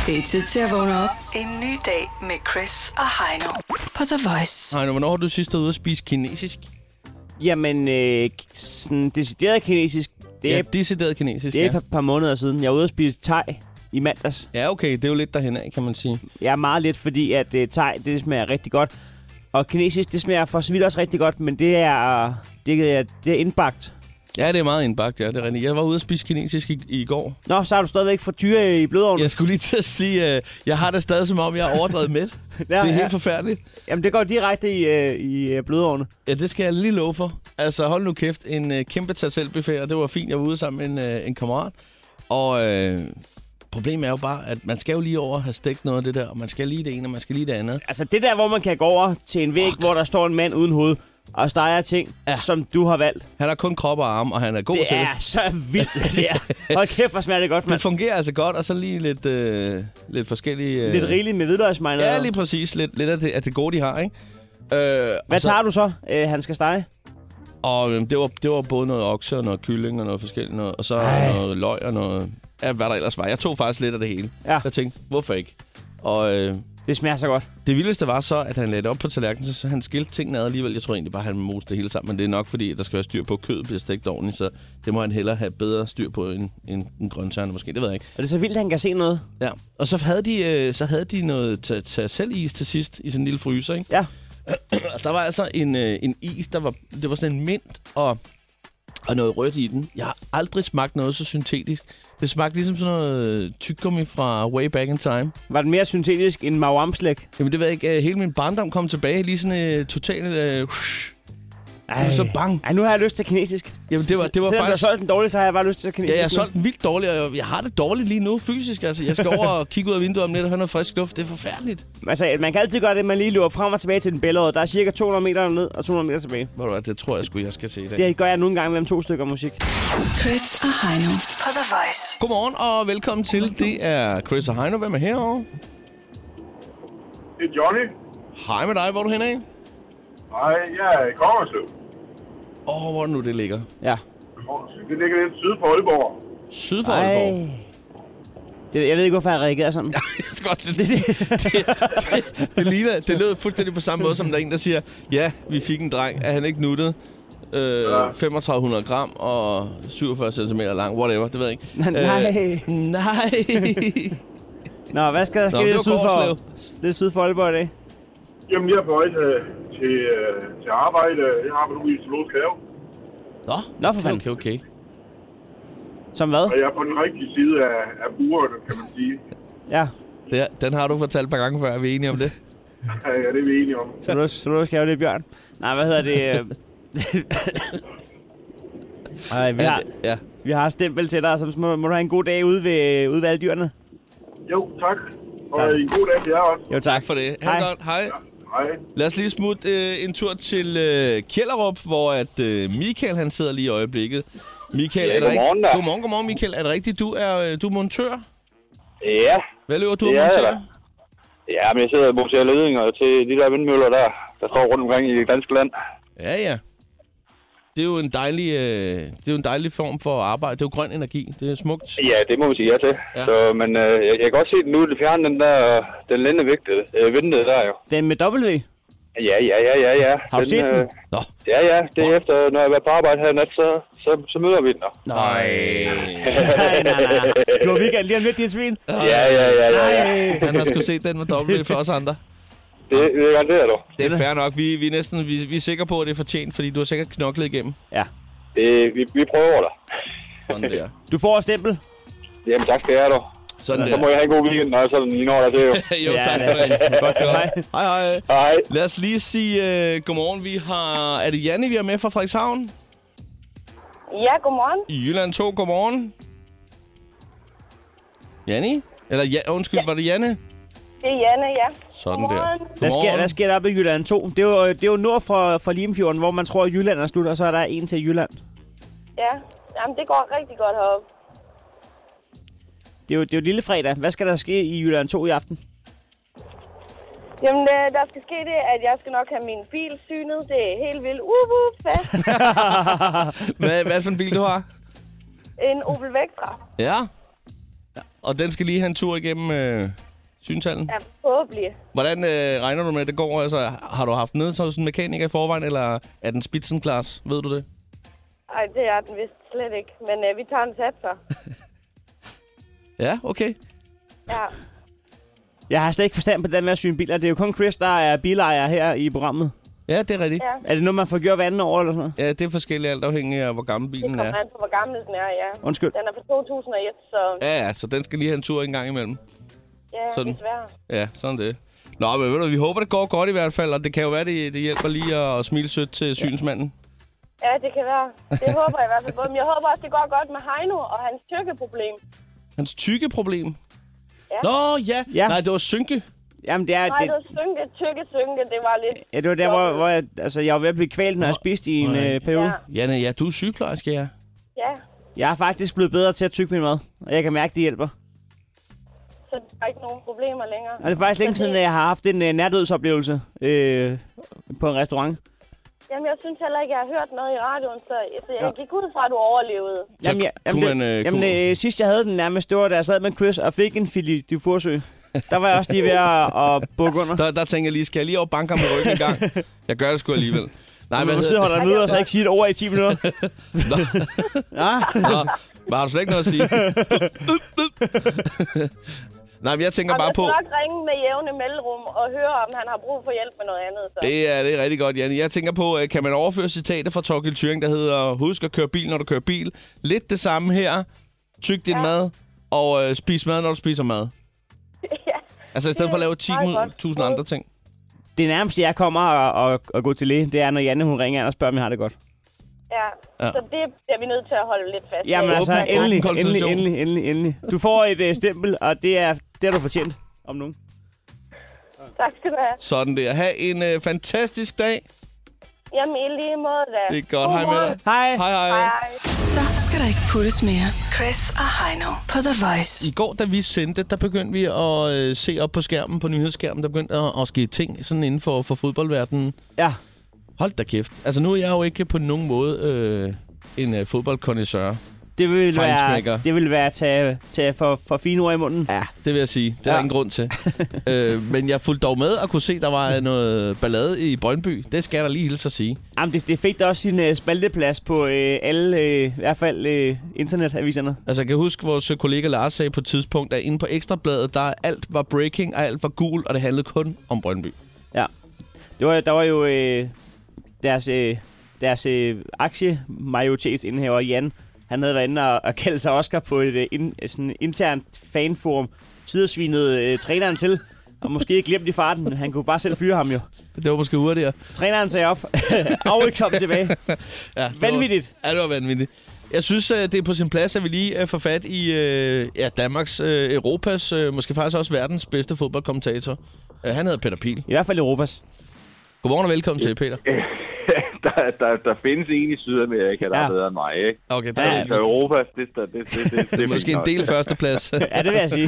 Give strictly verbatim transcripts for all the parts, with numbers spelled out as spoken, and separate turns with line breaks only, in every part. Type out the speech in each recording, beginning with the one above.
Det er tid til at vågne op. En ny dag med Chris og Heino på The Voice.
Heino, hvornår har du sidst været ude at spise kinesisk?
Jamen, øh, sådan decideret kinesisk. Det er,
ja, decideret kinesisk,
Det er
ja.
et par måneder siden. Jeg var ude at spise thai i mandags.
Ja, okay. Det er jo lidt derhen af, kan man sige.
Jeg er meget lidt, fordi at uh, thai, det smager rigtig godt. Og kinesisk, det smager for så vidt også rigtig godt, men det er, det er, det er indbagt.
Ja, det er meget indbagt, ja. Det er rigtigt. Jeg var ude at spise kinesisk i, i går.
Nå, så har du stadigvæk frityre i blodovnen.
Jeg skulle lige til at sige, uh, jeg har det stadig som om, jeg er overdrevet med.
ja,
det er helt
ja.
forfærdeligt.
Jamen, det går direkte i, uh, i uh, blodovnen.
Ja, det skal jeg lige love for. Altså, hold nu kæft. En uh, kæmpe tag-selv-buffet, og det var fint. Jeg var ude sammen med en, uh, en kammerat. Og uh, problemet er jo bare, at man skal jo lige over have stegt noget af det der, og man skal lige det ene, og man skal lige det andet.
Altså, det der, hvor man kan gå over til en væg, Fuck. hvor der står en mand uden hoved, og steger ting, ja. som du har valgt.
Han har kun krop og arme, og han er god
det
til det.
Det er så vildt, det er. Hold kæft, hvor smager det godt, mand.
Det fungerer altså godt, og så lige lidt, øh, lidt forskellige... Øh...
Lidt rigeligt med hvidløgsmarinade.
Ja, lige præcis. Lidt, lidt af, det, af det gode, de har, ikke? Øh,
Hvad tager så... du så, øh, han skal stege?
Og øh, det, var, det var både noget okse og noget kylling og noget forskelligt. Noget, og så Ej. noget løg og noget... Ja, hvad der ellers var. Jeg tog faktisk lidt af det hele. Ja. Jeg tænkte, hvorfor ikke? Og... Øh,
det smager så godt.
Det vildeste var så, at han lagde det op på tallerkenen, så han skilte tingene ad alligevel. Jeg tror egentlig bare, han moste det hele sammen. Men det er nok, fordi der skal være styr på, at kødet bliver stegt ordentligt. Så det må han hellere have bedre styr på end, end, end grøntsagerne måske. Det ved jeg ikke.
Er det så vildt, at han kan se noget?
Ja. Og så havde de, øh, så havde de noget tag, tag selv is til sidst i sådan en lille fryser, ikke?
Ja.
Der var altså en, øh, en is, der var, det var sådan en mint og, og noget rødt i den. Jeg har aldrig smagt noget så syntetisk. Det smagte ligesom sådan noget tyggegummi fra way back in time.
Var den mere syntetisk end mawamslæg?
Jamen det ved jeg ikke. Hele min barndom kom tilbage. Lige sådan uh, totalt... Uh,
Ej.
Så bang.
Ej, nu har jeg lyst til kinesisk.
Jamen det var, det var
Selvom
faktisk...
du har solgt den dårligt, så har jeg bare lyst til kinesisk.
Ja, jeg har solgt den vildt dårligt, og jeg har det dårligt lige nu fysisk. Altså, jeg skal over og kigge ud af vinduet om lidt og have noget frisk luft. Det er forfærdeligt.
Altså, man kan altid gøre det, man lige løber frem og tilbage til den billede. Der er cirka to hundrede meter ned og to hundrede meter tilbage.
Hvor det tror jeg sgu, jeg skal se i dag.
Det gør jeg nogle gange mellem to stykker musik.
Chris og Heino på The Voice.
Godmorgen og velkommen til. Det er Chris og Heino. Hvem er herovre?
Det er Johnny.
Hej med dig. Hvor er du henne af?
Hej, jeg er i Kongerslev.
Åh, oh, hvor nu det ligger.
Ja.
Det ligger lidt syd for Aalborg.
Syd for Aalborg?
Det, jeg ved ikke, hvorfor jeg reagerer sådan.
det, det, det, det, det, ligner, det lød fuldstændig på samme måde, som der er en, der siger, ja, vi fik en dreng. Er han ikke nuttet? Øh, ja. femogtredive hundrede gram og syvogfyrre centimeter lang. Whatever, det ved jeg ikke.
Nej.
Øh, nej.
Nå, hvad skal der ske?
Nå,
det,
det,
er syd for, det er syd for Aalborg i dag.
Jamen, jeg er på vej til, til, til arbejde. Jeg arbejder ude i Zoologisk Have.
Nå,
Nå for fanden.
Okay, okay.
Som hvad?
Og jeg er på den rigtige side af, af buret, kan man sige.
Ja.
Det, den har du fortalt et par gange før. Er vi enige om det?
Ja, det er vi enige om.
Så du, så du skal jo det, Bjørn. Nej, hvad hedder det? Ej, vi, har,
ja.
vi har stempel til dig, så må, må du have en god dag ude ved, ude ved alle dyrene.
Jo, tak. Og
tak.
en god dag til jer også.
Jo, tak.
Tak for det. Ha' det godt. Hej. Ja,
hej.
Lad os lige smutte øh, en tur til øh, Kjellerup, hvor at øh, Michael han sidder lige i øjeblikket. Michael,
ja,
er det
godmorgen,
rigt- godmorgen, godmorgen, Michael. Er det rigtigt, du er, du er montør?
Ja.
Hvad løber du
af
montør?
Ja, men jeg sidder og monterer ledninger til de der vindmøller der, der står rundt omkring i det danske land.
Ja, ja. Det er jo en dejlig, øh, det er jo en dejlig form for arbejde. Det er jo grøn energi. Det er smukt.
Ja, det må vi sige ja til. Ja. Så, men øh, jeg, jeg kan godt se den nu, det fjerne den der, den lændevægtede øh, vindede der jo.
Den med W?
Ja, ja, ja, ja, ja.
Har du
den,
set den?
Øh,
Nå.
Ja, ja. Det er efter, når jeg var på arbejde her nat, så, så, så møder vi den der.
Nej.
nej, nej, nej. Du har weekend lige om lidt, dit svin.
Ja, ja, ja, ja, ja.
Han har sgu set den med W for os andre.
Det, det er det, du.
Det er fair nok. Vi, vi, er næsten, vi, vi er sikre på, at det er fortjent, fordi du har sikkert knoklet igennem.
Ja.
Det, vi, vi prøver der.
Sådan der.
Du får et stempel.
Jamen, tak skal jeg, du.
Sådan
så
der.
må jeg have en god weekend, når sådan I når der til, jo.
jo,
ja,
tak skal du have.
Godt, hej.
Hej, hej.
Hej.
Lad os lige sige uh, godmorgen. Vi har... Er det Janne, vi har med fra Frederikshavn?
Ja, godmorgen.
I Jylland to, godmorgen. Janne? Eller ja, undskyld, ja. Var det Janne?
Det er Janne, ja.
Sådan
godmorgen.
der.
Hvad sker, hvad sker der oppe i Jylland to? Det er jo, det er jo nord for, for Limfjorden, hvor man tror, at Jylland er slut, og så er der en til Jylland.
Ja, jamen det går rigtig godt heroppe.
Det er jo, det er jo lille fredag. Hvad skal der ske i Jylland to i aften?
Jamen, der skal ske det, at jeg skal nok have min bil synet. Det er helt vildt. Uh, uh, fest.
hvad, hvad for en bil du har?
En Opel Vectra.
Ja. Og den skal lige have en tur igennem øh, synshallen?
Ja, forhåbentlig.
Hvordan øh, regner du med, at det går? Altså, har du haft nede hos en mekaniker i forvejen, eller er den spitzenklasse? Ved du det?
Nej, det er den vist slet ikke. Men øh, vi tager en satser.
Ja, okay.
Ja.
Jeg har slet ikke forstand på det med at syne biler. Det er jo kun Chris, der er bilejer her i programmet.
Ja, det er rigtigt.
Ja.
Er det noget, man får gjort hver anden år eller sådan noget?
Ja, det er forskelligt alt afhængig af, hvor gammel bilen
Det
er.
kommer an på, hvor gammel den er, ja.
Undskyld.
Den er fra to tusind og et, så
Ja, ja, så den skal lige have en tur en gang imellem.
ja,
Sådan.
desværre.
Ja, sådan det. Nå, men ved du, vi håber, det går godt i hvert fald, og det kan jo være, det, det hjælper lige at smile sødt til synsmanden.
Ja, det kan være. Det håber jeg i hvert fald på. Men jeg håber også, det går godt med Heino og hans tykkeproblem.
Hans tykkeproblem?
Ja.
Nå, ja.
Ja.
Nej, det var synke.
Jamen, det er...
Nej, det var synke, tykke, synke. Det var lidt...
Ja, det var der, hvor, hvor jeg, altså, jeg var ved at blive kvalt, når jeg spiste i en
Nej.
øh, periode.
Ja.
Janne, ja, du er sygeplejerske, ja.
Ja,
Jeg er faktisk blevet bedre til at tygge min mad, og jeg kan mærke, det hjælper.
så der er ikke nogen problemer længere.
Og det er faktisk længe siden, at jeg har haft en øh, nærdødsoplevelse øh, på en restaurant.
Jamen, jeg synes heller ikke, jeg har hørt noget i radioen, så altså, jeg gik ud fra, at du overlevede.
Så
Jamen, jeg,
kunne
jamen,
man, øh,
det, jamen
kunne-
øh, sidst jeg havde den nærmest, det var, da jeg sad med Chris og fik en filet du Fursø. Der var jeg også lige ved at, at bukke under.
Der, der tænker jeg lige, skal jeg lige over banker med ryggen en gang? Jeg gør det sgu alligevel. Nej,
Men
hvad
du sidder og
hedder
holder møde og så ikke sige et ord i ti minutter. Ja.
Nå, men har du slet ikke noget at sige? Nej, men jeg tænker
Og
bare
jeg
på...
skal nok ringe med jævne mellemrum og høre, om han har brug for hjælp med noget andet. Så.
Det er, det er rigtig godt, Janne. Jeg tænker på, øh, kan man overføre citatet fra Torkild Thuring, der hedder, husk at køre bil, når du kører bil. Lidt det samme her. Tyk din ja. mad, og øh, spis mad, når du spiser mad.
Ja.
Altså i stedet for at lave ti tusind andre ting.
Det nærmeste, jeg kommer og, og, og gå til læge, det er, når Janne hun ringer og spørger, om jeg har det godt.
Ja.
Ja.
Så det er vi nødt til at holde lidt fast.
Jamen
i.
altså,
Åben-
endelig,
åben
endelig,
konsultation.
endelig, endelig, endelig. Du får et øh, stempel, og det er det har du fortjent om nogen.
Tak skal du have.
Sådan der. Ha' en øh, fantastisk dag.
Jamen, i lige måde da.
Det er godt. Hej med dig.
Hej.
Hej, hej.
Hej.
Så skal der ikke puttes mere. Chris og Heino på The Voice.
I går, da vi sendte, der begyndte vi at øh, se op på skærmen, på nyhedsskærmen, der begyndte at, at ske ting sådan inden for, for fodboldverdenen.
Ja.
Hold da kæft. Altså nu er jeg jo ikke på nogen måde øh, en øh, fodboldkondisseur.
Det vil
Feinschmecker.
være, det vil være at tage, tage for, for fine ord i munden.
Ja, det vil jeg sige. Det er ja. der ingen grund til. øh, men jeg fulgte dog med og kunne se, der var noget ballade i Brøndby. Det skal jeg da lige hilse at sige.
Jamen, det, det fik da også sin uh, spalteplads på uh, alle, uh, i hvert fald uh, internetaviserne.
Altså, jeg kan huske, vores kollega Lars sagde på et tidspunkt, at inde på Ekstrabladet, der alt var breaking, og alt var gul, og det handlede kun om Brøndby.
Ja. Det var, der var jo uh, deres, uh, deres uh, aktiemajoritetsindehaver, Jan. Han havde været inde og, og kaldt sig Oscar på et uh, in, sådan internt fanforum. Sidersvinede uh, træneren til, og måske glemt i farten. Han kunne bare selv fyre ham jo.
Det var måske hurtigere.
Træneren sagde op. Og kom tilbage.
Ja, det
Vanvittigt.
Var, ja, det var vanvittigt. Jeg synes, det er på sin plads, at vi lige får fat i øh, ja, Danmarks, øh, Europas, øh, måske faktisk også verdens bedste fodboldkommentator. Uh, han hedder Peter Pihl.
I hvert fald Europas.
Godmorgen og velkommen til, Peter.
der, der, der findes en i Sydamerika, der
Ja.
er bedre end mig, ikke?
Okay, der
Ja,
er
Så Europa, det, det, det, det, det, det,
det er måske en del førsteplads.
Ja, det vil jeg sige.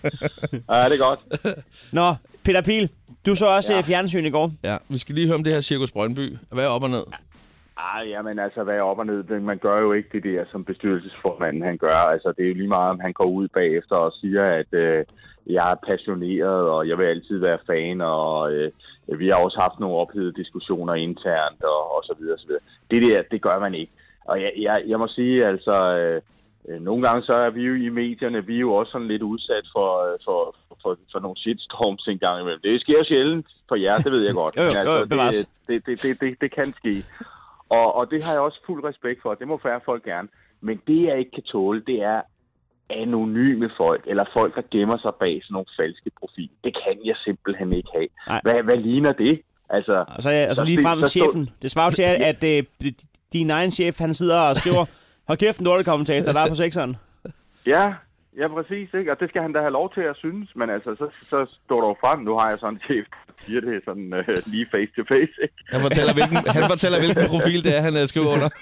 Ja, det er godt.
Nå, Peter Pihl, du så også
Ja.
ja. fjernsyn i går.
Ja, vi skal lige høre om det her Cirkus Brøndby. Hvad er op og ned?
Ej, jamen altså, hvad er op og ned? Det- Man gør jo ikke det der, som bestyrelsesformanden han gør. Altså, det er jo lige meget, om han går ud bagefter og siger, at øh, jeg er passioneret, og jeg vil altid være fan, og øh, vi har også haft nogle ophedede diskussioner internt, og, og så videre, og så videre. Det der, det gør man ikke. Og jeg, jeg, jeg må sige, altså, øh, nogle gange så er vi jo i medierne, vi er jo også sådan lidt udsat for, øh, for, for, for nogle shitstorms en gang imellem. Det sker jo sjældent for jer, det ved jeg godt.
Jo, jo,
Men altså,
jo, bevares.
det, det, det, det, det, det kan ske. Og, og det har jeg også fuld respekt for. Det må færre folk gerne. Men det, jeg ikke kan tåle, det er anonyme folk, eller folk, der gemmer sig bag sådan nogle falske profiler. Det kan jeg simpelthen ikke have.
Nej.
Hvad, hvad ligner det? Altså,
Og så, og så
der-
lige frem
der
med
står-
chefen. Det svarer jo til, at, at uh, din egen chef, han sidder og skriver, hold kæft, en dårlig kommentator, der er på sekseren.
Ja, ja, præcis, ikke? Og det skal han da have lov til at synes, men altså, så, så står der jo frem, nu har jeg sådan en chef, der siger det sådan øh, lige face to face, ikke?
Han fortæller, hvilken, han fortæller, hvilken profil det er, han øh, skriver under.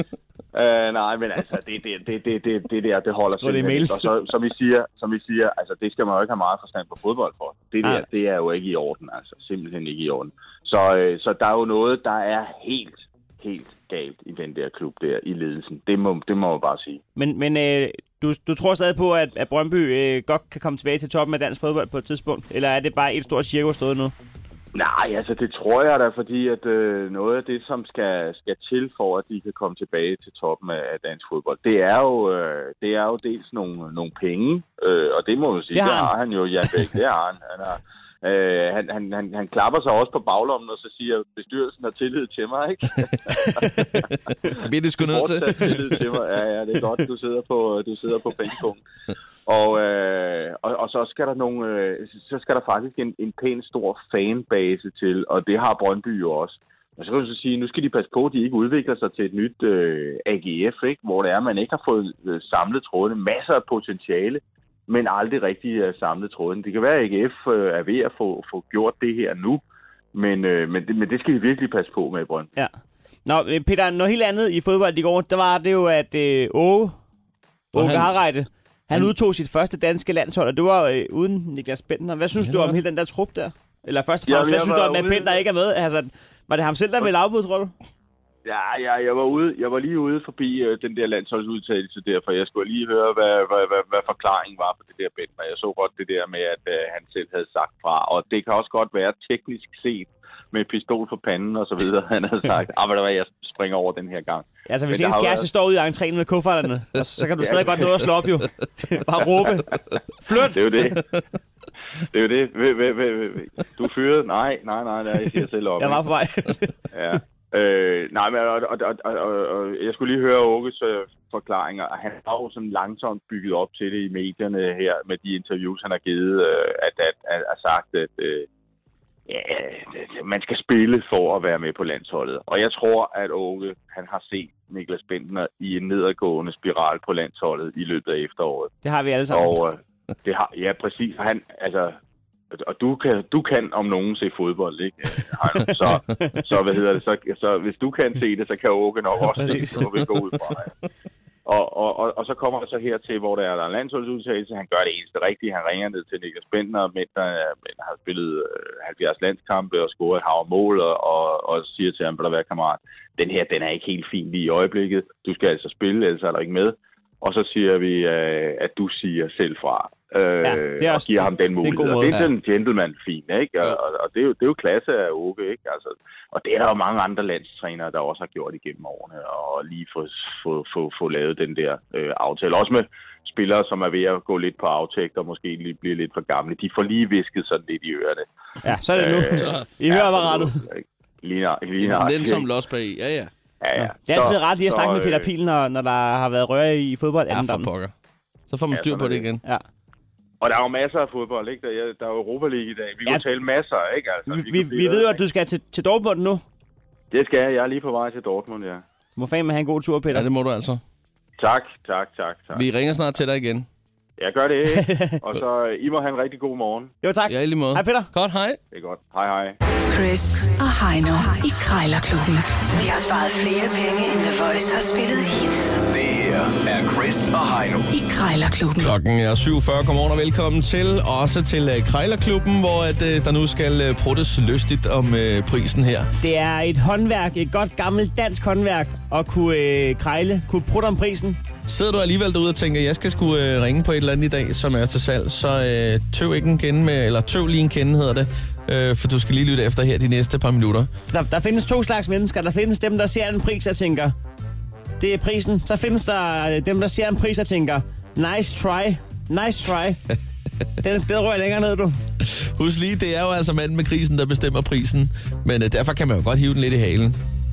Uh, nej, men altså, det, det, det, det, det, det der, det holder
Skriv det i
simpelthen
mails.
ikke. Og så, som vi siger, som vi siger, altså, det skal man jo ikke have meget forstand på fodbold for. Det der,
Nej.
det er jo ikke i orden, altså. Simpelthen ikke i orden. Så, øh, så der er jo noget, der er helt, helt galt i den der klub der, i ledelsen. Det må, det må man bare sige.
Men, men øh, du, du tror stadig på, at, at Brøndby øh, godt kan komme tilbage til toppen af dansk fodbold på et tidspunkt? Eller er det bare et stort cirkus stået nu?
Nej, altså det tror jeg da, fordi at øh, noget af det, som skal, skal til for, at de kan komme tilbage til toppen af, af dansk fodbold, det er jo, øh, det er jo dels nogle, nogle penge, øh, og det må man sige, det har, det har han jo, Jan Bæk, det har han. Han, har, øh, han, han, han, han klapper sig også på baglommen, og så siger, bestyrelsen har tillid til mig, ikke?
Det bliver det sgu nødt til.
Tillid til mig. Ja, ja, det er godt, du sidder på, du sidder på pengepunkten. Og, øh, og, og så skal der nogle, øh, så skal der faktisk en, en pæn stor fanbase til, og det har Brøndby jo også. Og så kan du så sige, nu skal de passe på, at de ikke udvikler sig til et nyt øh, A G F, ikke? Hvor det er, at man ikke har fået øh, samlet trådene. Masser af potentiale, men aldrig rigtig øh, samlet trådene. Det kan være, at A G F øh, er ved at få, få gjort det her nu, men, øh, men, det, men det skal de virkelig passe på med i Brøndby.
Ja. Nå, Peter, noget helt andet i fodbold i går, der var det jo, at øh, Åge, Åge han... Harreide, han udtog sit første danske landshold, og det var øh, uden Niklas Bentner. Hvad synes ja, du om hele den der trup der? Eller først og fremmest, hvad synes du om, at Bentner ikke er med? Altså, var det ham selv, der ville afbud, tror du?
Ja, ja, jeg var ude, jeg var lige ude forbi øh, den der landsholdsudtalelse der, for jeg skulle lige høre, hvad, hvad, hvad, hvad forklaringen var på det der Bentner. Jeg så godt det der med, at øh, han selv havde sagt fra, og det kan også godt være teknisk set med pistol for panden og så videre, han havde sagt, ah, ved du hvad, jeg springer over den her gang.
Altså, hvis ens kæreste været... står ude i entréen med kufferterne, så kan du stadig godt nå at slå op, jo. Bare råbe. Flyt!
Det er jo det. Det er jo det. Du er fyret? Nej, nej, nej, nej, jeg siger selv op.
Jeg var på vej.
Ja. Øh, nej, men og, og, og, og, og, jeg skulle lige høre Åkes øh, forklaringer. Han har jo sådan langsomt bygget op til det i medierne her, med de interviews, han har givet, øh, at, at, at, at sagt, at øh, ja, man skal spille for at være med på landsholdet. Og jeg tror, at Åke, han har set Niklas Bentner i en nedadgående spiral på landsholdet i løbet af efteråret.
Det har vi alle sammen.
Og øh, det har, ja, præcis. Han, altså, og du kan, du kan om nogen se fodbold, ikke? Så, så, hvad hedder det, så, så hvis du kan se det, så kan Åke nok også se det, så vi gå ud fra. Ja. Og, og, og, og så kommer det så hertil, hvor der er, der er en landsholdsudtalelse. Han gør det eneste rigtige. Han ringer ned til Niklas Bentner, mens der har spillet halvfjerds landskampe og scoret et hav mål, og, og, og siger til ham, hvad der er, kammerat, den her, den er ikke helt fin lige i øjeblikket. Du skal altså spille, ellers er der ikke med. Og så siger vi, at du siger selv fra. Øh, ja, det er også, og giver ham den mulighed. Det er, det er den gentleman fin, ikke? Og, og, og det, er jo, det er jo klasse af Åke, ikke? Altså, og det er der jo mange andre landstrænere, der også har gjort igennem årene, og lige få, få, få, få lavet den der øh, aftale. Også med spillere, som er ved at gå lidt på aftægt, og måske lige blive lidt for gamle. De får lige visket sådan lidt i ørerne.
Ja, så er det nu. Øh, I hører apparatet.
Lige nær, lige nær.
Den som los bag. Ja, ja.
Ja, ja.
Det er altid ret lige at snakke med Peter Pihl, når, når der har været røre i fodbold.
Ja, for pokker. Så får man styr ja, på det igen.
Ja.
Og der er jo masser af fodbold, ikke? Der er, der er jo Europa League i dag. Vi ja. kan tale masser, ikke? Altså,
vi vi, vi ved jo, at du skal til, til Dortmund nu.
Det skal jeg. Jeg er lige på vej til Dortmund, ja.
Du må fandme have en god tur, Peter.
Ja, det må du altså.
Tak, tak, tak, tak.
Vi ringer snart til dig igen.
Jeg gør det, ikke? Og så I må have en rigtig god morgen.
Jo, tak.
Ja, i lige måde.
Hej, Peter.
Godt, hej.
Det er godt. Hej, hej.
Chris og Heino i Krejlerklubben. De har sparet flere penge, end The Voice har spillet hits.
Det her er Chris og Heino
i Krejlerklubben.
Klokken er syv fyrre. Godmorgen og velkommen til. Også til uh, Krejlerklubben, hvor at, uh, der nu skal uh, pruttes lystigt om uh, prisen her.
Det er et håndværk, et godt gammelt dansk håndværk, at kunne uh, krejle, kunne prutte om prisen.
Sidder du alligevel derude og tænker, jeg skal sgu øh, ringe på et eller andet i dag, som er til salg, så øh, tøv ikke en kende med, eller tøv lige en kende hedder det, øh, for du skal lige lytte efter her de næste par minutter.
Der, der findes to slags mennesker. Der findes dem, der ser en pris og tænker, det er prisen. Så findes der dem, der ser en pris og tænker, nice try, nice try. den, den rører længere ned, du.
Husk lige, det er jo altså manden med krisen, der bestemmer prisen, men øh, derfor kan man jo godt hive den lidt i halen.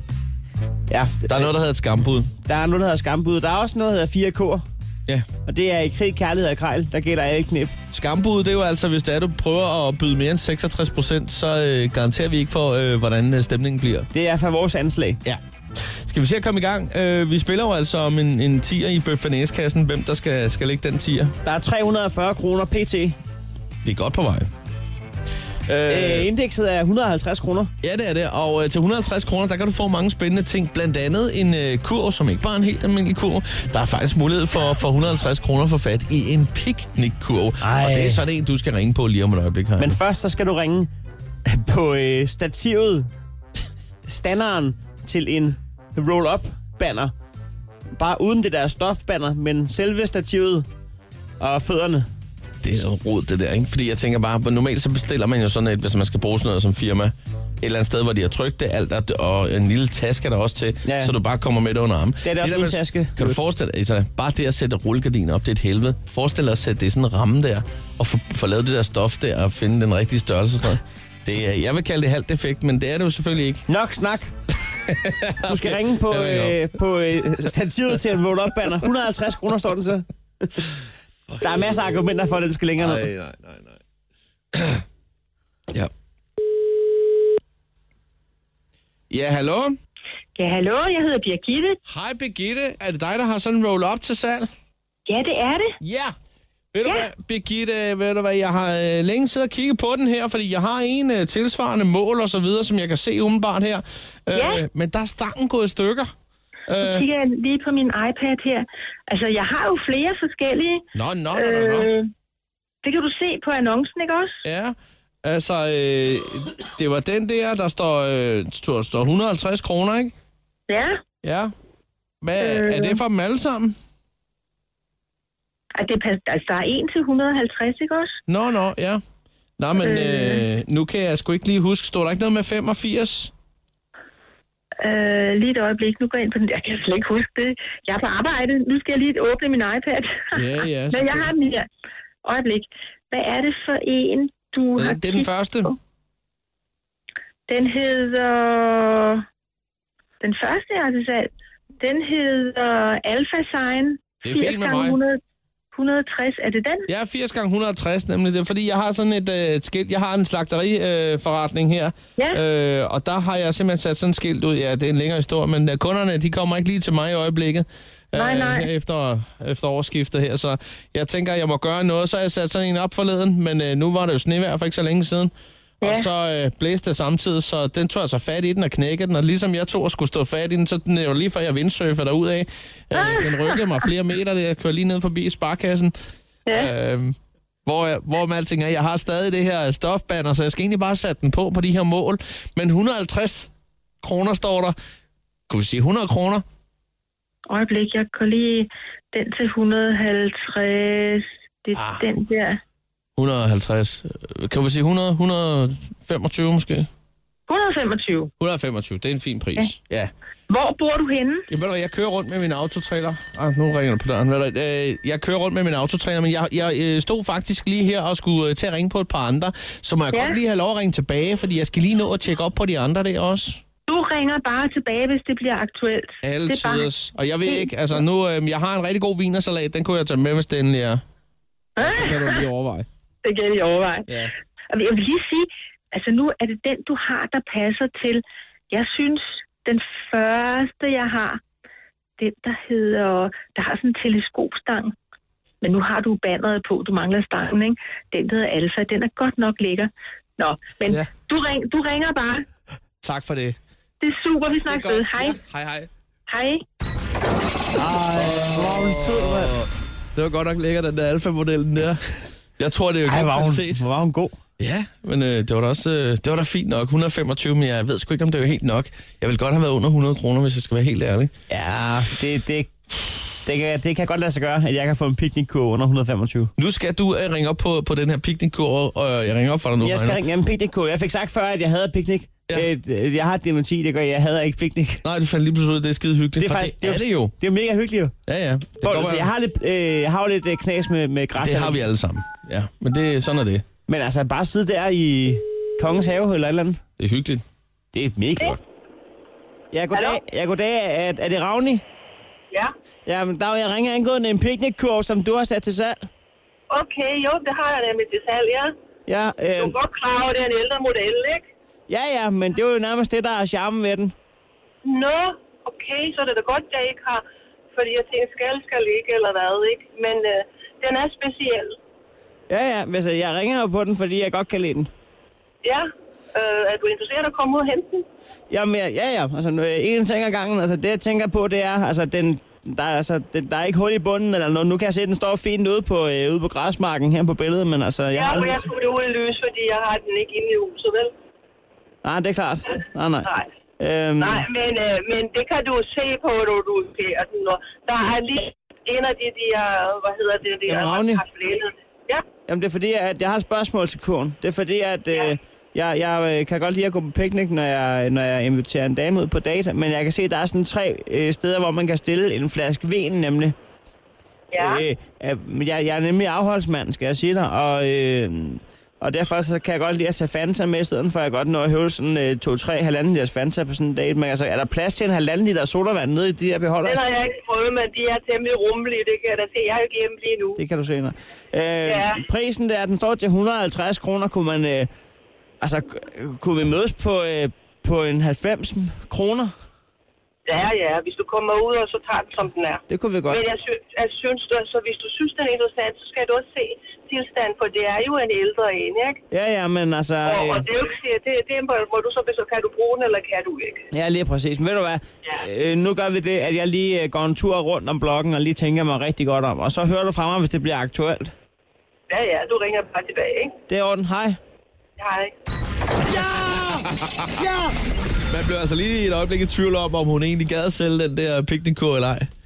Ja,
der er noget, der hedder et skambud.
Der er noget, der hedder skambud. Der er også noget, der hedder fire K'er.
Ja.
Og det er i krig, kærlighed og krejl. Der gælder alle knep.
Skambud, det er jo altså, hvis det er, du prøver at byde mere end seksogtres procent, så øh, garanterer vi ikke for, øh, hvordan øh, stemningen bliver.
Det er for vores anslag.
Ja. Skal vi se at komme i gang? Øh, vi spiller jo altså om en, en tier i bøf-banæskassen. Hvem der skal, skal lægge den tier?
Der er tre hundrede og fyrre kroner pt.
Vi er godt på vej.
Øh, indekset er et hundrede og halvtreds kroner.
Ja, det er det. Og øh, til et hundrede og halvtreds kroner, der kan du få mange spændende ting. Blandt andet en øh, kurv, som ikke bare er en helt almindelig kurv. Der er faktisk mulighed for, for et hundrede og halvtreds kroner for fat i en picnic-kurv. Og det er sådan en, du skal ringe på lige om et øjeblik her.
Men først så skal du ringe på øh, stativet, standeren til en roll-up-banner bare uden det der stofbanner, men selve stativet og fødderne.
Det er jo rod, det der, ikke? Fordi jeg tænker bare, normalt så bestiller man jo sådan et, hvis man skal bruge sådan noget som firma, et eller andet sted, hvor de har trykt det, alt der, og en lille taske der også til, ja. Så du bare kommer med det under armen.
Det er det også en taske.
Kan du forestille dig, altså, bare det at sætte rullegardiner op, det er et helvede. Forestil dig at sætte det i sådan en ramme der, og få, få lavet det der stof der, og finde den rigtige størrelse og sådan noget. Det er, jeg vil kalde det halvt defekt, men det er det jo selvfølgelig ikke.
Nok snak. Du skal ringe på, øh, på øh, stativet til en roll up banner. et hundrede og halvtreds kroner står den til. Der er masser af argumenter for, at den skal længere ned.
Nej, nej, nej, nej. Ja. Ja, hallo?
Ja, hallo, jeg hedder Birgitte.
Hej Birgitte, er det dig, der har sådan en roll-up til salg?
Ja, det er det.
Ja. Ved du
ja.
hvad, Birgitte, ved du hvad, jeg har øh, længe siddet og kigget på den her, fordi jeg har en øh, tilsvarende mål og så videre, som jeg kan se umiddelbart her.
Ja.
Øh, men der er stangen gået i stykker.
Så kigger jeg lige på min iPad her. Altså, jeg har jo flere forskellige.
Nå, nå, nå, nå.
Øh, det kan du se på annoncen, ikke også?
Ja, altså, øh, det var den der, der står, øh, står, står et hundrede og halvtreds kroner, ikke?
Ja.
Ja. Hvad, øh. Er det for dem alle sammen?
Altså, det, altså, der er en til et hundrede og halvtreds, ikke også?
Nå, nå, ja. Nå, men øh. Øh, nu kan jeg sgu ikke lige huske, står der ikke noget med femogfirs?
Øh, lige et øjeblik, nu går jeg ind på den. Jeg kan slet ikke huske det. Jeg er på arbejde. Nu skal jeg lige åbne min iPad.
Ja, ja.
Men jeg har den her. Øjeblik. Hvad er det for en, du
øh,
har
Det er den første. På?
Den hedder... Den første, jeg har til salg, den hedder Alpha Sign.
Det er fint med mig.
hundrede, hundrede og tres, er det den?
Ja, firs gange et hundrede og tres nemlig. Det er fordi, jeg har sådan et, øh, et skilt. Jeg har en slagteriforretning øh, her.
Ja.
Øh, og der har jeg simpelthen sat sådan et skilt ud. Ja, det er en længere historie, men øh, kunderne, de kommer ikke lige til mig i øjeblikket.
Nej, nej.
Øh, efter, efter årsskiftet her. Så jeg tænker, jeg må gøre noget. Så har jeg sat sådan en op forleden, men øh, nu var det jo snevejr for ikke så længe siden. Ja. Og så øh, blæste det samtidig, så den tog altså fat i den og knækkede den, og ligesom jeg tog og skulle stå fat i den, så den er jo lige før jeg vindsurfer derudad. Øh, den rykkede mig flere meter, der jeg kørte lige ned forbi sparkassen. Ja. Øh, hvor, jeg, hvor med alting er, jeg har stadig det her stofbanner, så jeg skal egentlig bare sætte den på på de her mål. Men et hundrede og halvtreds kroner står der. Kunne vi sige hundrede kroner?
Øjeblik, jeg går lige den til et hundrede og halvtreds. Det er ah. den der.
et hundrede og halvtreds. Kan vi sige hundrede? et hundrede og femogtyve måske?
et hundrede og femogtyve.
et hundrede og femogtyve, det er en fin pris. Ja. Ja.
Hvor bor du henne?
Jeg, ved du, jeg kører rundt med min autotrailer. Ah, nu ringer det på døren. Ved du, øh, jeg kører rundt med min autotrailer, men jeg, jeg stod faktisk lige her og skulle til at ringe på et par andre. Så må jeg ja. godt lige have lov at ringe tilbage, fordi jeg skal lige nå at tjekke op på de andre der også. Du
ringer bare tilbage, hvis det bliver aktuelt.
Altid. Bare... Og jeg ved ikke, altså nu, øh, jeg har en rigtig god vinersalat, den kunne jeg tage med, hvis den lige er. Ja, det kan du lige overveje.
Det kan jeg overveje.
Ja.
Og jeg vil lige sige, altså nu er det den, du har, der passer til. Jeg synes, den første, jeg har, den, der hedder, der har sådan en teleskopstang. Men nu har du banneret på, du mangler stangen, ikke? Den, der hedder Alpha, den er godt nok lækker. Nå, men ja. du, ring, du ringer bare.
Tak for det.
Det er super, vi snakker ved. Hej.
Ja. Hej, hej.
Hej.
Ej, hvor er sød, mand.
Det var godt nok lækker, den der Alfa-modellen der. Jeg tror, det er jo
Ej, var hun, hvor var hun god.
Ja, men øh, det var da også øh, det var da fint nok. et hundrede og femogtyve, men jeg ved sgu ikke, om det er helt nok. Jeg vil godt have været under hundrede kroner, hvis jeg skal være helt ærlig.
Ja, det, det, det, kan, det kan godt lade sig gøre, at jeg kan få en piknikkurv under et hundrede og femogtyve.
Nu skal du øh, ringe op på, på den her piknikkurv, og jeg ringer op for dig nu.
Jeg skal ringe en piknikkurv. Jeg fik sagt før, at jeg havde piknik. Ja. Øh, jeg har dementi, det gør jeg. Jeg havde ikke piknik.
Nej, det fandt lige pludselig ud, det er skide hyggeligt.
Det er, faktisk, det er, det er jo. Det er mega hyggeligt jo.
Ja, ja.
Bort, altså, jeg har lidt, øh, jeg har jo lidt knas med, med græs.
Det har vi alle sammen. Ja, men det, sådan er det.
Men altså, bare sidde der i Kongens Have eller et eller andet.
Det er hyggeligt.
Det er mega godt. Ja, goddag. Ja, goddag. Er, er det Ravni?
Ja.
Ja, men der jeg ringer angående en piknikkurv, som du har sat til salg.
Okay, jo, det har jeg nemlig til salg, ja.
Ja, øh...
Du er godt klar over, det er en ældre model, ikke?
Ja, ja, men det er jo nærmest det, der er charmen ved den.
Nå, okay, så er det da godt, jeg ikke har... Fordi jeg tænker, skal, skal ikke, eller hvad, ikke? Men øh, den er speciel.
Ja, ja, altså, jeg ringer jo på den, fordi jeg godt kan lide den.
Ja, øh, er du interesseret at komme ud og hente den?
Jamen, ja, ja, ja. Altså, en ting ad gangen. Altså, det jeg tænker på, det er, altså, den... Der er, altså, den, der er ikke hul i bunden eller noget. Nu kan jeg se, at den står fint ude på, øh, ude på græsmarken her på billedet, men altså... Jeg
ja,
har
men jeg tog det ud i lys, fordi jeg har den ikke inde i huset, vel?
Nej, det er klart. Nej, nej.
Nej.
Øhm,
Nej, men, øh, men det kan du se på, når du ser den. Og der er lige en af de der, hvad hedder det, der
Jamen, Ravni.
har flælet. Ja.
Jamen, det er fordi, at jeg har et spørgsmål til kurven. Det er fordi, at øh, jeg, jeg kan godt lide at gå på picnic, når jeg, når jeg inviterer en dame ud på date. Men jeg kan se, at der er sådan tre øh, steder, hvor man kan stille en flaske vin, nemlig.
Ja.
Øh, jeg, jeg er nemlig afholdsmand, skal jeg sige dig. Og, øh, og derfor så kan jeg godt lide at tage Fanta med, i stedet for at jeg godt når at høve sådan øh, to-tre halvanden liters Fanta på sådan en date. Men altså, er der plads til en halvanden liter sodavand nede i de her beholder?
Den har jeg ikke prøvet, men de er temmelig rummelige, det kan jeg da se. Jeg er jo ikke hjemme lige nu.
Det kan du se, øh,
Ja.
Prisen der, den står til et hundrede og halvtreds kroner. Kunne man, øh, altså, kunne vi mødes på, øh, på en halvfems kroner?
Ja, ja, hvis du kommer ud, og så tager den, som den er.
Det kunne vi godt.
Men jeg, sy- jeg synes, du, så hvis du synes, den er interessant, så skal du også se tilstand, for det er jo en ældre en, ikke?
Ja, ja, men altså...
Og,
Øh,
og det er jo ikke, det, det er, hvor du så besøger, kan du bruge den, eller kan du ikke?
ja, lige præcis. Men ved du hvad?
Ja.
Øh, nu gør vi det, at jeg lige øh, går en tur rundt om blokken, og lige tænker mig rigtig godt om. Og så hører du fra mig, hvis det bliver aktuelt.
Ja, ja, du ringer bare tilbage, ikke?
Det er orden. Hej.
Hej.
Ja! Ja!
Man blev altså lige i et øjeblik i tvivl om, om hun egentlig gad sælge den der piknikkur eller ej.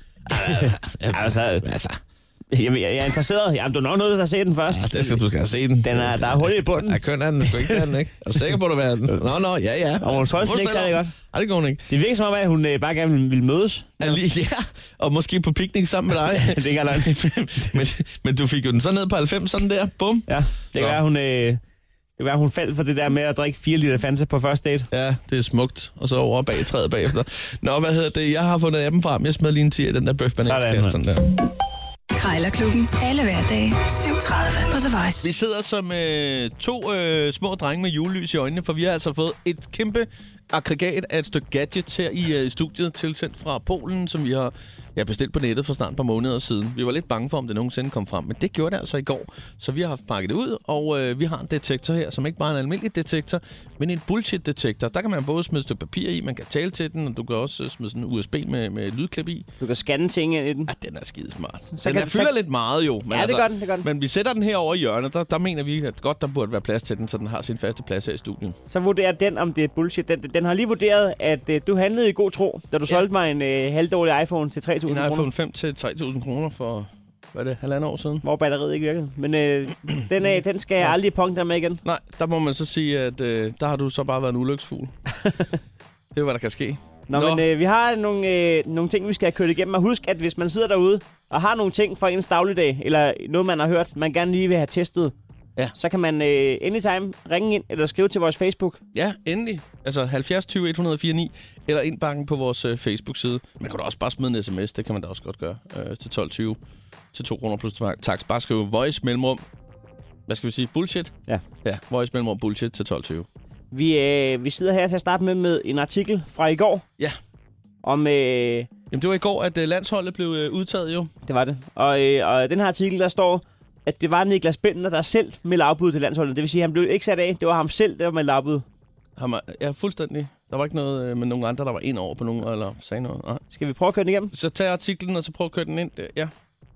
Altså,
altså.
Jeg, jeg, jeg er interesseret. Jamen, du er nok nødt til at se den først.
Ja, det skal du skal se den.
Den er, der er hul i bunden.
Ja, køn er den. Sgu ikke den, ikke? Er du sikker på, at du vil den? Nå, nå, ja, ja.
Og hun solgte den ikke særlig godt.
Nej, det går hun ikke.
Det virker som om, at hun øh, bare gerne ville, ville mødes.
Ja, lige, ja, og måske på piknik sammen med dig.
Det kan jeg
men, men du fik jo den så ned på halvfems, sådan der. Bum.
Ja, det kan være, hun... Øh, Det var, hun faldt for det der med at drikke fire liter Fanta på første date.
Ja, det er smukt. Og så over bag træet bagefter. Nå, hvad hedder det? Jeg har fundet appen frem. Jeg smed lige en ti af den der bøf bananskasse. Sådan der.
Krejlerklubben. Alle hverdage. syv tredive på The Voice.
Vi sidder som øh, to øh, små drenge med julelys i øjnene, for vi har altså fået et kæmpe aggregat af et stykke gadgets her i øh, studiet, tilsendt fra Polen, som vi har ja, bestilt på nettet for snart et par måneder siden. Vi var lidt bange for, om det nogensinde kom frem, men det gjorde det altså i går. Så vi har haft pakket det ud, og øh, vi har en detektor her, som ikke bare er en almindelig detektor, men en bullshit-detektor. Der kan man både smide et stykke papir i, man kan tale til den, og du kan også øh, smide sådan en U S B med, med lydklip i.
Du kan scanne ting ind i den.
Ja, den er skidesmart.
Så
Den
kan-
er, fylder
så-
lidt meget jo. Men
Ja, det gør den, det gør den.
Men vi sætter den her over i hjørnet, der, der mener vi, at godt der burde være plads til den, så den har sin faste plads her i studiet.
Så vurderer den, om det er bullshit. Den, den har lige vurderet, at øh, du handlede i god tro, da du
Ja.
solgte mig en øh, halvdårlig iPhone til tre
En
tusind kroner.
iPhone fem til tre tusind kroner for, hvad er det, halvandet år siden?
Hvor batteriet ikke virkede. Men øh, den, øh, den skal jeg aldrig punkte med igen.
Nej, der må man så sige, at øh, der har du så bare været en ulyksfugl. Det er, hvad der kan ske.
Nå,
Nå.
men øh, vi har nogle, øh, nogle ting, vi skal have kørt igennem. Og husk, at hvis man sidder derude og har nogle ting fra ens dagligdag, eller noget, man har hørt, man gerne lige vil have testet,
Ja.
så kan man øh, anytime ringe ind eller skrive til vores Facebook.
Ja, endelig. Altså halvfjerds tyve et hundrede og fire ni eller indbakken på vores øh, Facebook-side. Man kan da også bare smide en sms, det kan man da også godt gøre, øh, til tolv tyve til to kroner plus tax. Bare skrive voice mellemrum. Hvad skal vi sige? Bullshit?
Ja.
Ja, voice mellemrum bullshit til tolv tyve.
Vi, øh, vi sidder her til at starte med med en artikel fra i går.
Ja.
Om, øh,
Jamen, det var i går, at øh, landsholdet blev øh, udtaget jo.
det var det. Og, øh, og den her artikel, der står, at det var Niklas Bentner, der selv meldte afbud til landsholdet. Det vil sige, at han blev ikke sat af. Det var ham selv, der meldte afbud.
Ham, er- ja, fuldstændig. Der var ikke noget øh, med nogen andre, der var ind over på nogen, eller sagde noget. Nej.
Skal vi prøve at køre den igennem?
Så tag artiklen, og så prøv at køre den ind. Der. Ja.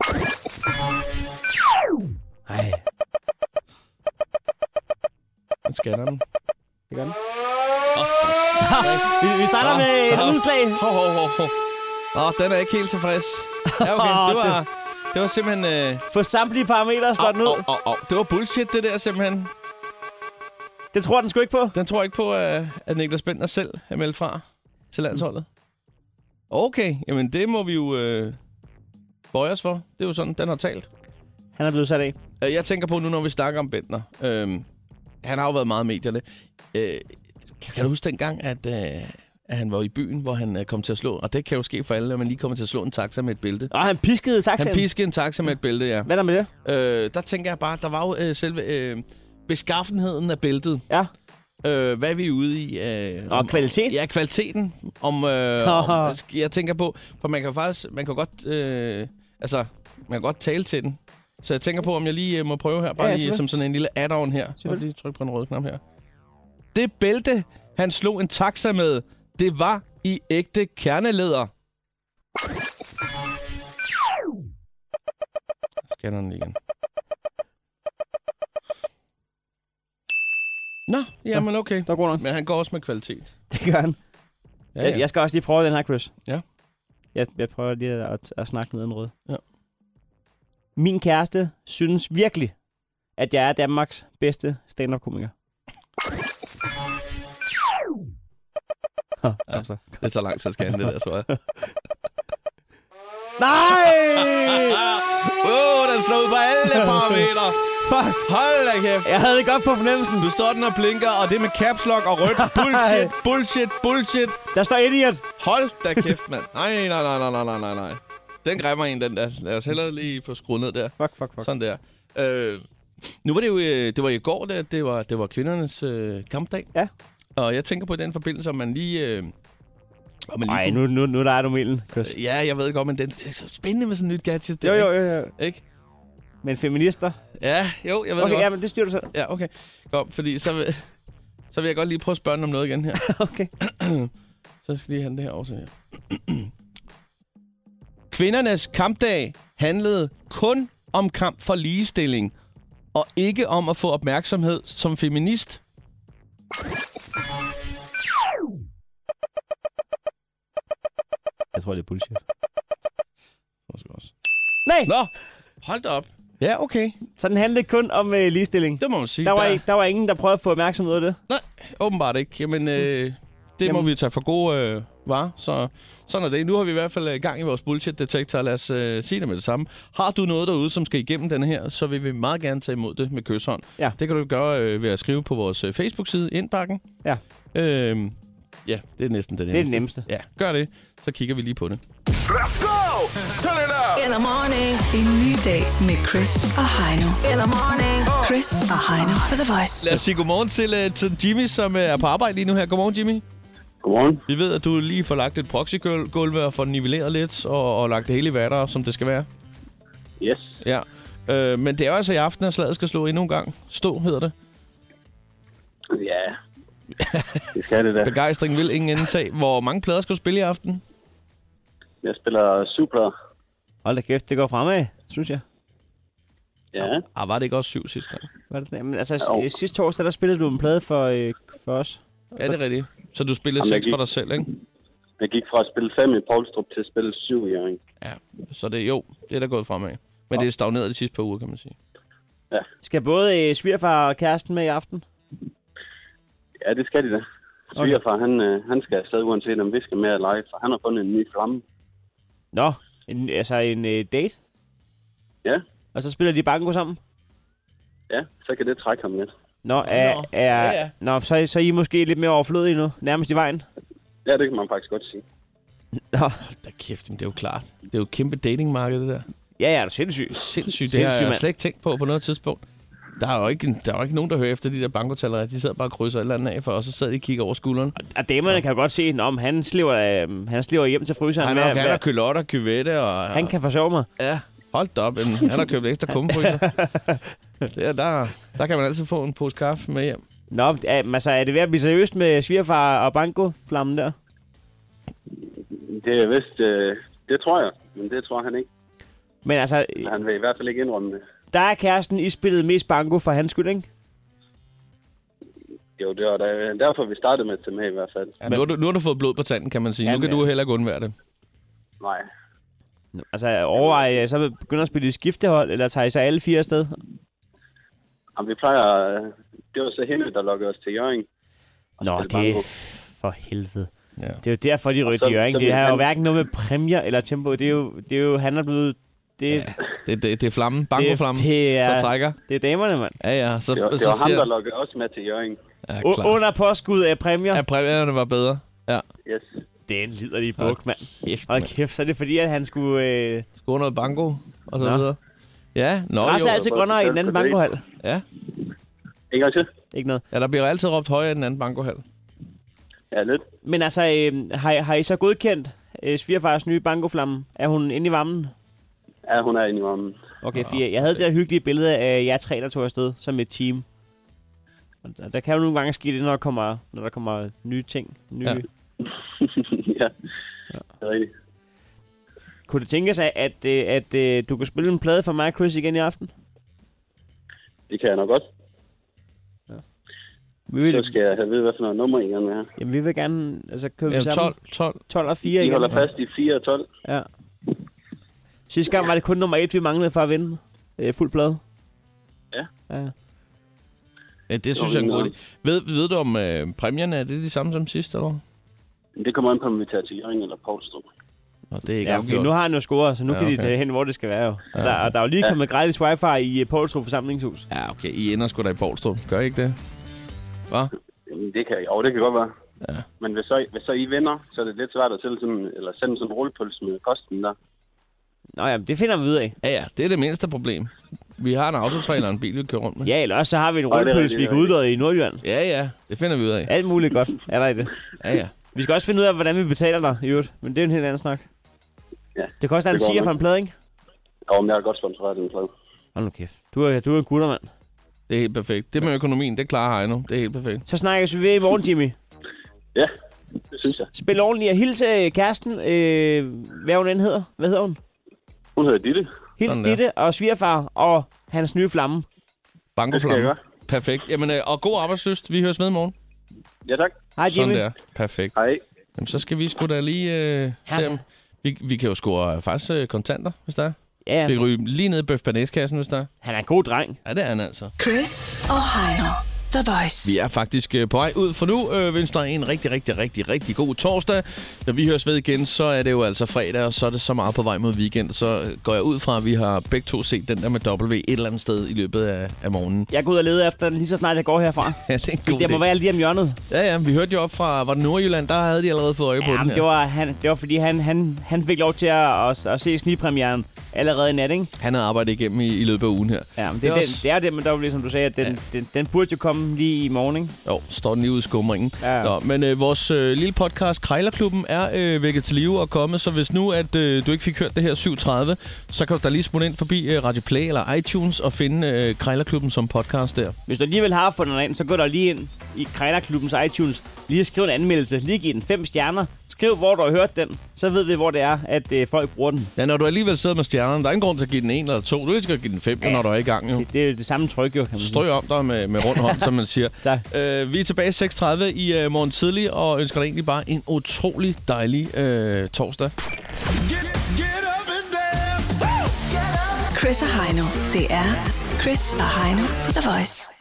Nej,
Den scanner den.
det gør den.
Oh,
Vi, vi starter med et udslag.
Hov, hov, hov, hov. Åh, den er ikke helt tilfreds. Ja, okay. Det var, det var simpelthen... Øh...
På samtlige parametre slår den ud.
Au, au, au. Det var bullshit, det der simpelthen.
Det tror den sgu ikke på.
Den tror jeg ikke på, øh, at Niklas Bentner selv er meldt fra til landsholdet. Okay, jamen det må vi jo øh, bøje os for. Det er jo sådan, den har talt.
Han er blevet sat af.
Øh, Jeg tænker på nu, når vi snakker om Bentner. Øh, han har jo været meget i medierne. Øh, kan du huske dengang, at, øh, at han var i byen, hvor han øh, kom til at slå? Og det kan jo ske for alle, at man lige kommer til at slå en taxa med et bælte.
Og han piskede taxaen.
Han piskede en taxa med et bælte, ja.
Hvad er der med det?
Øh, der tænker jeg bare, der var jo øh, selve øh, beskaffenheden af bæltet.
Ja.
Øh, hvad er vi ude i? Øh,
Og kvalitet?
Ja, kvaliteten. Om, øh, om, jeg tænker på, for man kan faktisk, man kan godt, øh, altså, man kan godt tale til den. Så jeg tænker på, om jeg lige øh, må prøve her, bare
Ja, ja,
lige som sådan en lille add-on her. Så lige tryk på den røde knap her. Det bælte, han slog en taxa med, det var i ægte kernelæder. Scanner den lige igen. Nå, jamen okay.
Der går nok.
Men han går også med kvalitet.
Det gør han.
Ja, ja.
Jeg, jeg skal også lige prøve den her, Chris.
Ja.
Jeg, jeg prøver lige at, at, at snakke med en rød.
Ja.
Min kæreste synes virkelig, at jeg er Danmarks bedste stand-up-komiker.
Ja, så. Det tager lang tid at scanne det der, tror jeg.
Nej!
Åh, oh, den slår ud på alle parametre.
Fuck.
Hold da kæft.
Jeg havde det godt på fornemmelsen.
Du står den og blinker, og det med caps lock og rødt. Bullshit, bullshit, bullshit.
Der står idiot.
Hold da kæft, mand. Nej, nej, nej, nej, nej, nej, nej, nej. Den græmmer en, den der. Lad os hellere lige få skruet ned der.
Fuck, fuck, fuck.
Sådan der. Øh, nu var det jo, det var i går, det, det, var, det var kvindernes øh, kampdag.
Ja.
Og jeg tænker på i den forbindelse, om man lige... Øh,
Nej, nu, nu, nu der er du milden, Chris.
Ja, jeg ved godt, men det er så spændende med sådan en nyt gadget. Det,
jo, jo, jo, jo.
Ikke?
Men feminister?
Ja, jo, jeg ved
okay,
det godt.
Ja, men det styrer du selv.
Ja, okay. Kom, fordi så vil, så vil jeg godt lige prøve at spørge den om noget igen her.
Okay.
Så skal jeg lige have det her også her. Kvindernes kampdag handlede kun om kamp for ligestilling, og ikke om at få opmærksomhed som feminist.
Jeg tror, det er bullshit.
Også.
Nej!
Nå, hold da op. Ja, okay.
Så den handlede kun om øh, ligestilling?
Det må man sige.
Der var,
der...
ikke, der var ingen, der prøvede at få opmærksomhed af det?
Nej, åbenbart ikke. Jamen, øh, det Jamen. må vi tage for gode øh, varer. Så sådan er det. Nu har vi i hvert fald øh, gang i vores bullshit-detektor. Lad os øh, sige det med det samme. Har du noget derude, som skal igennem denne her, så vil vi meget gerne tage imod det med kyshånd.
Ja.
Det kan du gøre øh, ved at skrive på vores øh, Facebook-side, Indbakken.
Ja.
Øh, ja, det er næsten det nemmeste.
Det er det nemmeste.
Ja, gør det. Så kigger vi lige på det.
Let's go! Turn it up!
In the morning. En ny dag med Chris og Heino. In the morning. Chris og Heino på The Voice.
Lad os sige godmorgen til, uh, til Jimmy, som uh, er på arbejde lige nu her. Godmorgen, Jimmy.
Godmorgen.
Vi ved, at du lige får lagt et proxygulv og får nivelleret lidt og, og lagt det hele i vatter, som det skal være.
Yes.
Ja. Uh, men det er jo altså i aften, at slaget skal slå endnu en gang. Stå, hedder det.
Ja, det skal det da.
Begejstring vil ingen ende tage. Hvor mange plader skal du spille i aften?
Jeg spiller syv plader.
Hold da kæft, det går fremad, synes jeg.
Ja.
Ah, var det ikke også syv sidste gang?
Var det det? Men altså, jo. Sidste torsdag, der spillede du en plade for, øh, for os.
Ja, det er rigtigt. Så du spillede
Jamen,
seks
gik,
for dig selv, ikke?
Jeg gik fra at spille fem i Poulstrup til at spille syv i Hjørring.
Ja, så det jo, det er der gået fremad. Men ja. Det er stagneret de sidste par uger, kan man sige.
Ja.
Skal både øh, svigerfar og kæresten med i aften?
Ja, det skal de da. Svigerfar, han, øh, han skal afsted uanset om vi skal med at lege, for han har fundet en ny flamme.
Nå, en, altså en øh, date?
Ja.
Og så spiller de banko sammen?
Ja, så kan det trække ham lidt.
Nå, er,
Nå.
er,
Ja, ja.
Nå så, så er I måske lidt mere overflødige nu, nærmest i vejen?
Ja, det kan man faktisk godt sige.
Nå.
Hold da kæft, det er jo klart. Det er jo et kæmpe datingmarked, det der.
Ja, ja, er du sindssyg.
Sindssygt, det har jeg
mand.
slet ikke tænkt på på noget tidspunkt. Der er jo ikke, der er jo ikke nogen, der hører efter de der bankotaller. De sidder bare og krydser et eller andet af for, og så sidder de og kigger over skulderen.
Og damerne ja. kan jo godt se, om han sliver, øh, han sliver hjem til fryseren.
Han har, han har kylotter, kyvette og...
Han kan forsørge mig.
Ja, hold da op. Han har købt ekstra kummefryser. Der, der, der kan man altid få en pose kaffe med hjem.
Nå, altså er det ved at blive seriøst med svigerfar og banko-flammen der?
Det er vist... Øh, det tror jeg, men det tror han ikke.
Men altså...
Han vil i hvert fald ikke indrømme det.
Der er kæresten i spillet mest banko for hans skyld, ikke?
Jo, det var der, derfor, vi startede med at tage med i hvert fald.
Ja, nu, har du, nu har du fået blod på tanden, kan man sige.
Ja,
nu kan
men,
du heller ikke undvære det.
Nej.
Altså overvej, så begynder at spille i skiftehold, eller tager I så alle fire afsted?
Jamen, vi plejer... Det var så hende, der lukkede os til Hjørring.
Nå, det er for helvede.
Ja.
Det er jo derfor, de ryger til Hjørring. Det har jo hverken noget med præmier eller tempo. Det er jo, det er jo han er blevet... Det,
ja, det, det, det er flammen, bankoflammen, der trækker.
Det er damerne, mand.
Ja, ja. Så,
det var, det
så
var
siger...
ham, der lukkede også med til Hjørring.
Ja,
under påskud af præmier.
Ja, præmierne var bedre. Ja.
Yes.
Det er en liderlig buk, mand.
Kæft,
Hold kæft, så er det fordi, at han skulle... Øh...
Skulle noget banko, og så
nå.
videre. Ja, nå
Græs
jo.
er altid grønnere i den anden bankohal.
Ja.
Ikke også?
Ikke noget.
Ja, der bliver jo altid råbt højere i den anden bankohal.
Ja, lidt.
Men altså, øh, har, har I så godkendt øh, svigerfars nye bankoflamme? Er hun inde i varmen?
Ja, hun er inde i varmen.
Okay, fire. Jeg havde det der hyggelige billede af jer tre, der tog afsted som et team. Og der kan jo nogle gange ske det, når der kommer, når der kommer nye ting. Nye...
Ja. ja, det er rigtigt.
Kunne det tænke sig, at, at, at, at du kunne spille en plade for mig og Chris igen i aften?
Det kan jeg nok godt.
Ja. Vi vil...
Så skal jeg have ved, hvad for noget nummer I gerne vil have.
Jamen, vi vil gerne... Altså, kører vi
Ja,
sammen?
tolv, tolv.
tolv og fire
I
igen.
holder fast i fire og tolv.
Ja. Sidste gang var det kun nummer et, vi manglede for at vinde. Øh, fuld plade.
Ja.
Ja.
Ja, det synes jeg er en god idé. Ved, ved du, om øh, præmierne er det de samme som sidste, eller?
Det kommer an på, om vi tager til Jørgen eller Poulstrup.
Nå, det er ikke
Ja,
afgjort.
for nu har han jo scoret, så nu
Ja,
kan de
okay.
tage hen, hvor det skal være jo.
Ja,
Der,
okay.
der er jo lige
Ja.
kommet gratis wifi i uh, Poulstrup forsamlingshus.
Ja, okay. I ender sgu da i Poulstrup. Gør I ikke det? Hvad?
Jamen, det kan, jo, det kan godt være.
Ja.
Men hvis så, hvis så I vinder, så er det lidt svært at sælge sådan, eller sende sådan en rullepølse med kosten der.
Nå ja, det finder vi ud af.
Ja, ja. Det er det mindste problem. Vi har en autotrailer og en bil, vi kører rundt med.
Ja, eller også så har vi en
Nå, det er
rullepølse, vi
rigtigt,
kan
det er
udlade i Nordjylland.
Ja, ja. Det finder vi ud af.
Alt muligt godt er der i det.
Ja, ja.
Vi skal også finde ud af, hvordan vi betaler dig, i øvrigt. Men det er en helt anden snak.
Ja,
Det koster en
det går
tiger
nok.
for en plade, ikke?
Jo, men jeg har godt sponsoreret den plade.
Hold nu kæft. Du er, du er en guttermand.
Det er helt perfekt. Det med økonomien, det klarer Heino. Det er helt perfekt.
Så snakkes vi ved i morgen, Jimmy.
Ja, det synes jeg.
Spil ordentligt og hilse kæresten. Øh, hvad hun end hedder. Hvad hedder hun?
Hun hedder Ditte.
Hils
Sådan der.
Ditte og svigerfar og hans nye flamme.
Banko
Det skal jeg
flamme.
gøre.
Perfekt. Jamen, øh, og god arbejdslyst. Vi høres ved i morgen.
Ja, tak.
Hej, Jimmy.
Sådan der. Perfekt.
Hej.
Jamen, så skal vi sgu da lige øh, se om... Vi, vi kan jo score faktisk øh, kontanter, hvis der er.
Ja, ja.
Vi kan ryge lige ned i bøf kassen hvis der er.
Han er en god dreng.
Ja, det er han altså.
Chris og Heino. The Voice.
Vi er faktisk øh, på vej ud for nu. Øh, ønsker dig en rigtig, rigtig, rigtig, rigtig god torsdag. Når vi høres ved igen, så er det jo altså fredag, og så er det så meget på vej mod weekend. Så går jeg ud fra, at vi har begge to set den der med W et eller andet sted i løbet af, af morgenen.
Jeg går ud og leder efter den lige så snart jeg går herfra.
Ja, det er en god
Det må
idé.
være lige om hjørnet.
Ja, ja, vi hørte jo op fra, var det Nordjylland, der havde de allerede fået øje på
Ja,
den
men
her.
det var, han, det var fordi, han, han, han fik lov til at, at, at se snigpremieren allerede i nat, ikke?
Han havde arbejdet igennem i, i løbet af ugen her.
Ja, men det,
Det er
det,
også-
det er det, men der var ligesom du sagde, at den, ja. den, den burde jo komme lige i morgen, ikke?
Jo, står den lige ude i skumringen.
Ja.
Nå, men øh, vores øh, lille podcast, Krejlerklubben, er øh, vækket til live og kommet. Så hvis nu, at øh, du ikke fik hørt det her syv tredive, så kan du da lige smutte ind forbi øh, Radio Play eller iTunes og finde øh, Krejlerklubben som podcast der.
Hvis du alligevel har fundet den ind, så gå der lige ind i Krejlerklubbens iTunes. Lige skriv en anmeldelse. Lige giv den fem stjerner. Skriv, hvor du har hørt den. Så ved vi, hvor det er, at øh, folk bruger den.
Ja, når du alligevel sidder med stjernerne, der er ingen grund til at give den en eller to. Du kan ikke give den fem, ja, når du er i gang. Jo.
Det, det er det samme tryk, jo. Kan man sige.
Strøg om dig med, med rund hånd, som man siger.
Tak.
Øh, vi er tilbage seks tredive i øh, morgen tidlig, og ønsker dig egentlig bare en utrolig dejlig øh, torsdag.
Chris og Heino. Det er Chris og Heino på The Voice.